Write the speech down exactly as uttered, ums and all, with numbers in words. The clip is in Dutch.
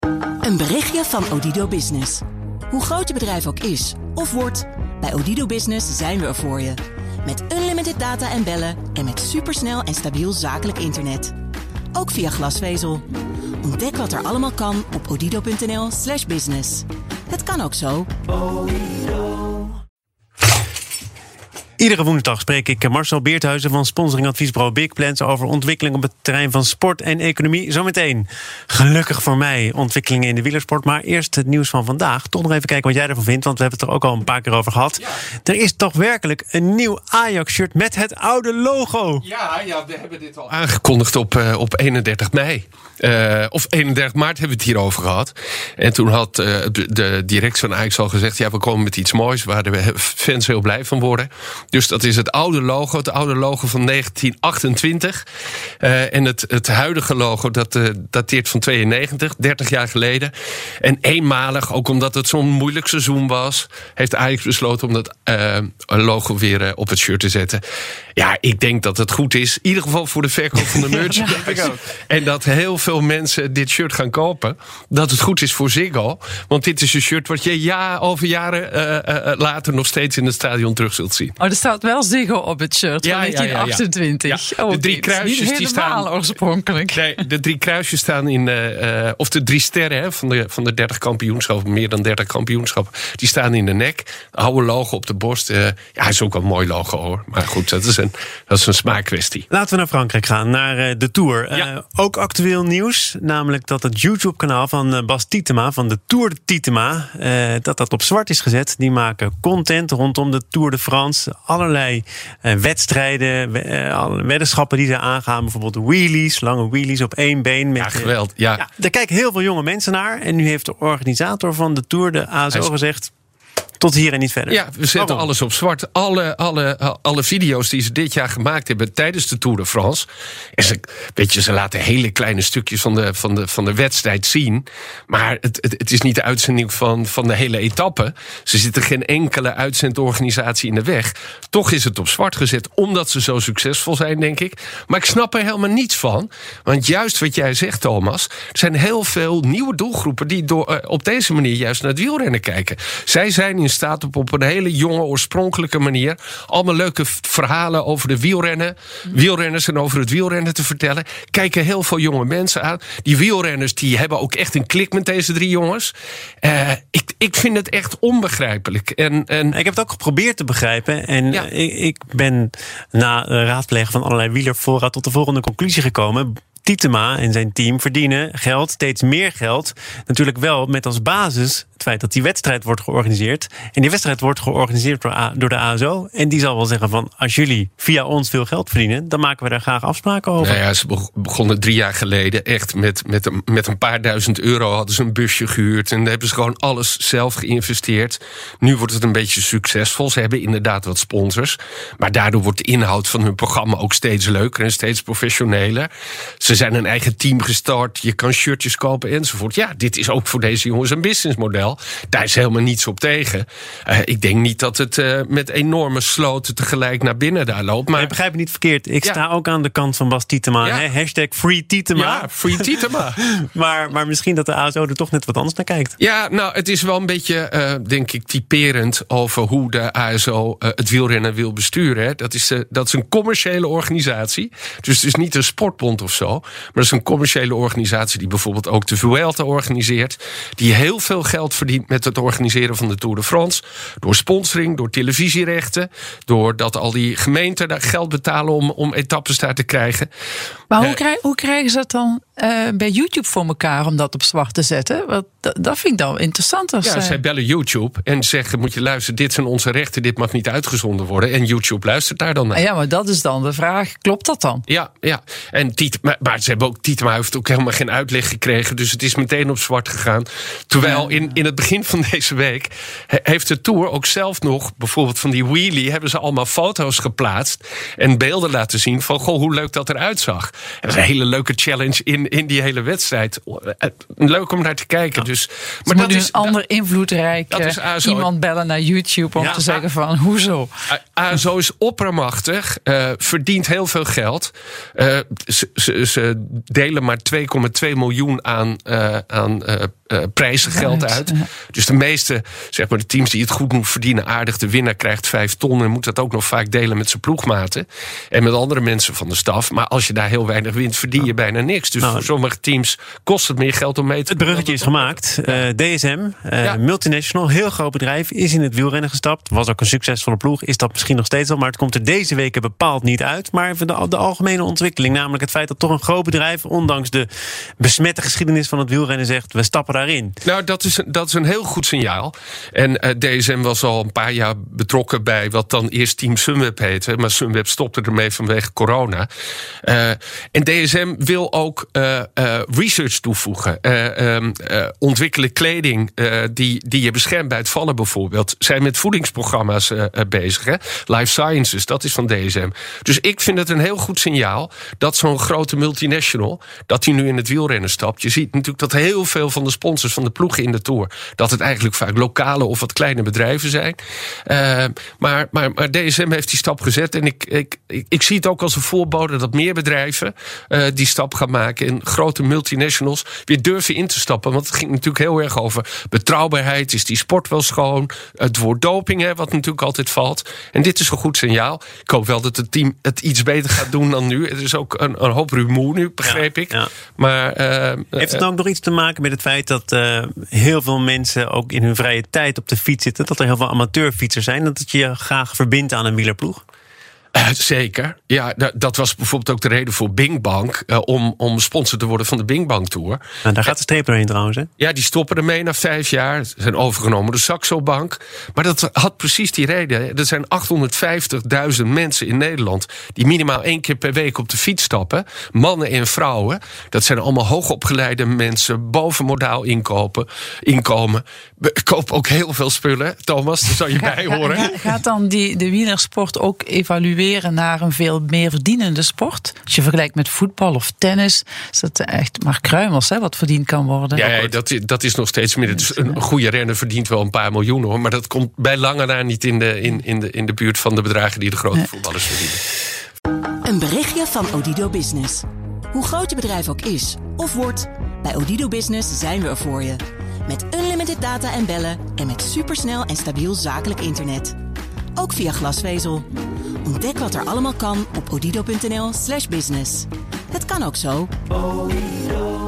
Een berichtje van Odido Business. Hoe groot je bedrijf ook is of wordt, bij Odido Business zijn we er voor je. Met unlimited data en bellen en met supersnel en stabiel zakelijk internet. Ook via glasvezel. Ontdek wat er allemaal kan op odido.nl slash business. Het kan ook zo. Iedere woensdag spreek ik Marcel Beerthuizen van sponsoringadviesbureau Big Plans over ontwikkeling op het terrein van sport en economie. Zometeen, gelukkig voor mij, ontwikkelingen in de wielersport. Maar eerst het nieuws van vandaag. Toch nog even kijken wat jij ervan vindt, want we hebben het er ook al een paar keer over gehad. Ja. Er is toch werkelijk een nieuw Ajax-shirt met het oude logo. Ja, ja, we hebben dit al aangekondigd op, uh, op eenendertig mei. Uh, of eenendertig maart hebben we het hierover gehad. En toen had uh, de, de directie van Ajax al gezegd, ja, we komen met iets moois waar de fans heel blij van worden. Dus dat is het oude logo, het oude logo van negentien achtentwintig. Uh, en het, het huidige logo, dat uh, dateert van tweeënnegentig, dertig jaar geleden. En eenmalig, ook omdat het zo'n moeilijk seizoen was, heeft Ajax besloten om dat uh, logo weer uh, op het shirt te zetten. Ja, ik denk dat het goed is. In ieder geval voor de verkoop van de merchandise. Ja, en dat heel veel mensen dit shirt gaan kopen. Dat het goed is voor Ziggo. Want dit is een shirt wat je ja, over jaren uh, uh, later nog steeds in het stadion terug zult zien. Oh, er staat wel Ziggo op het shirt ja, van negentien achtentwintig. Ja, ja. Ja. De drie kruisjes niet die staan oorspronkelijk. Nee, de drie kruisjes staan in uh, of de drie sterren hè, van de van de dertig kampioenschappen, meer dan dertig kampioenschappen, die staan in de nek. De oude logo op de borst. Uh, ja, is ook een mooi logo hoor. Maar goed, dat is een dat is een smaakkwestie. Laten we naar Frankrijk gaan, naar uh, de Tour. Ja. Uh, ook actueel nieuws, namelijk dat het YouTube-kanaal van uh, Bas Tietema, van de Tour de Tietema, uh, dat dat op zwart is gezet. Die maken content rondom de Tour de France. Allerlei uh, wedstrijden, uh, weddenschappen die ze aangaan. Bijvoorbeeld wheelies, lange wheelies op één been. Met, ja, geweldig. Ja. Uh, ja, daar kijken heel veel jonge mensen naar. En nu heeft de organisator van de Tour, de A S O, is... gezegd, tot hier en niet verder. Ja, we zetten oh. alles op zwart. Alle, alle, alle video's die ze dit jaar gemaakt hebben tijdens de Tour de France. En ze, weet je, ze laten hele kleine stukjes van de, van de, van de wedstrijd zien. Maar het, het, het is niet de uitzending van, van de hele etappe. Ze zitten geen enkele uitzendorganisatie in de weg. Toch is het op zwart gezet, omdat ze zo succesvol zijn, denk ik. Maar ik snap er helemaal niets van. Want juist wat jij zegt, Thomas, er zijn heel veel nieuwe doelgroepen die door, uh, op deze manier juist naar het wielrennen kijken. Zij zijn in staat op, op een hele jonge, oorspronkelijke manier allemaal leuke verhalen over de wielrennen, wielrenners en over het wielrennen te vertellen. Kijken heel veel jonge mensen aan. Die wielrenners die hebben ook echt een klik met deze drie jongens. Uh, ik, ik vind het echt onbegrijpelijk. En, en ik heb het ook geprobeerd te begrijpen. En ja. ik, ik ben na raadplegen van allerlei wielerfora tot de volgende conclusie gekomen. Tietema en zijn team verdienen geld, steeds meer geld. Natuurlijk wel met als basis het feit dat die wedstrijd wordt georganiseerd. En die wedstrijd wordt georganiseerd door, A, door de A S O. En die zal wel zeggen van, als jullie via ons veel geld verdienen, dan maken we daar graag afspraken over. Nou ja, ze begonnen drie jaar geleden echt met, met, een, met een paar duizend euro hadden ze een busje gehuurd. En daar hebben ze gewoon alles zelf geïnvesteerd. Nu wordt het een beetje succesvol. Ze hebben inderdaad wat sponsors. Maar daardoor wordt de inhoud van hun programma ook steeds leuker en steeds professioneler. Ze zijn een eigen team gestart. Je kan shirtjes kopen enzovoort. Ja, dit is ook voor deze jongens een businessmodel. Daar is helemaal niets op tegen. Uh, ik denk niet dat het uh, met enorme sloten tegelijk naar binnen daar loopt. Maar ik begrijp me niet verkeerd. Ik ja. sta ook aan de kant van Bas Tietema. Ja. Hè? Hashtag Free Tietema. Ja, Free Tietema. maar, maar misschien dat de A S O er toch net wat anders naar kijkt. Ja, nou, het is wel een beetje, uh, denk ik, typerend over hoe de A S O uh, het wielrennen wil besturen. Hè. Dat, is, uh, dat is een commerciële organisatie. Dus het is niet een sportbond of zo. Maar dat is een commerciële organisatie die bijvoorbeeld ook de Vuelta organiseert. Die heel veel geld verdient met het organiseren van de Tour de France. Door sponsoring, door televisierechten. Doordat al die gemeenten daar geld betalen om, om etappes daar te krijgen. Maar hoe, uh, krijg, hoe krijgen ze dat dan uh, bij YouTube voor elkaar om dat op zwart te zetten? Want dat, dat vind ik dan interessant. Als ja, zij blijven YouTube en zeggen, moet je luisteren, dit zijn onze rechten, dit mag niet uitgezonden worden. En YouTube luistert daar dan naar. Ja, maar dat is dan de vraag, klopt dat dan? Ja, ja. En Tiet, maar, maar ze hebben ook, Tietema heeft ook helemaal geen uitleg gekregen, dus het is meteen op zwart gegaan. Terwijl in, in het het begin van deze week heeft de Tour ook zelf nog, bijvoorbeeld van die wheelie, hebben ze allemaal foto's geplaatst en beelden laten zien van goh, hoe leuk dat eruit zag. En dat is een hele leuke challenge in, in die hele wedstrijd. Leuk om naar te kijken. Ja. Dus, maar dat is een ander invloedrijk iemand bellen naar YouTube om ja, te zeggen van hoezo. A S O is oppermachtig, uh, verdient heel veel geld. Uh, ze, ze, ze delen maar twee komma twee miljoen aan, uh, aan uh, uh, prijzengeld uit. Ja. Dus de meeste, zeg maar, de teams die het goed moeten verdienen, aardig. De winnaar krijgt vijf ton en moet dat ook nog vaak delen met zijn ploegmaten. En met andere mensen van de staf. Maar als je daar heel weinig wint, verdien je ja. bijna niks. Dus nou, voor sommige teams kost het meer geld om mee te Het bruggetje is gemaakt. Uh, D S M, uh, ja. multinational, heel groot bedrijf, is in het wielrennen gestapt. Was ook een succesvolle ploeg. Is dat misschien nog steeds wel, maar het komt er deze weken bepaald niet uit. Maar even de, de algemene ontwikkeling, namelijk het feit dat toch een groot bedrijf, ondanks de besmette geschiedenis van het wielrennen, zegt, we stappen daarin. Nou, dat is, dat is een heel goed signaal. En uh, D S M was al een paar jaar betrokken bij wat dan eerst Team Sunweb heette. Maar Sunweb stopte ermee vanwege corona. Uh, en D S M wil ook uh, uh, research toevoegen. Uh, um, uh, ontwikkelen kleding uh, die, die je beschermt bij het vallen bijvoorbeeld. Zijn met voedingsprogramma's uh, uh, bezig. Hè? Life Sciences, dat is van D S M. Dus ik vind het een heel goed signaal dat zo'n grote multinational, dat die nu in het wielrennen stapt. Je ziet natuurlijk dat heel veel van de sponsors van de ploegen in de Tour, dat het eigenlijk vaak lokale of wat kleine bedrijven zijn. Uh, maar, maar, maar D S M heeft die stap gezet. En ik, ik, ik, ik zie het ook als een voorbode dat meer bedrijven uh, die stap gaan maken. En grote multinationals weer durven in te stappen. Want het ging natuurlijk heel erg over betrouwbaarheid. Is die sport wel schoon? Het woord doping, hè, wat natuurlijk altijd valt. En dit is een goed signaal. Ik hoop wel dat het team het iets beter gaat doen dan nu. Er is ook een, een hoop rumoer nu, begreep ja, ik. Ja. Maar, uh, heeft het ook nog iets te maken met het feit dat uh, heel veel mensen ook in hun vrije tijd op de fiets zitten? Dat er heel veel amateurfietsers zijn? Dat het je graag verbindt aan een wielerploeg? Uh, zeker. Ja, d- dat was bijvoorbeeld ook de reden voor Bing Bang uh, om, om sponsor te worden van de Bing Bang Tour. Nou, daar gaat de streep doorheen trouwens, hè? Ja, die stoppen ermee na vijf jaar. Ze zijn overgenomen door Saxo Bank. Maar dat had precies die reden. Er zijn achthonderdvijftigduizend mensen in Nederland die minimaal één keer per week op de fiets stappen. Mannen en vrouwen. Dat zijn allemaal hoogopgeleide mensen, bovenmodaal inkopen, inkomen. We kopen ook heel veel spullen. Thomas, daar zal je Ga, bij horen. Ga, gaat dan die, de wielersport ook evalueren naar een veel meer verdienende sport? Als je vergelijkt met voetbal of tennis, is dat echt maar kruimels, hè, wat verdiend kan worden. Ja, ja dat, dat is nog steeds meer. Dus een goede renner verdient wel een paar miljoen, hoor. Maar dat komt bij lange na niet in de, in, in de, in de buurt van de bedragen die de grote nee. voetballers verdienen. Een berichtje van Odido Business. Hoe groot je bedrijf ook is of wordt, bij Odido Business zijn we er voor je. Met unlimited data en bellen en met supersnel en stabiel zakelijk internet. Ook via glasvezel. Ontdek wat er allemaal kan op odido punt n l slash business. Het kan ook zo.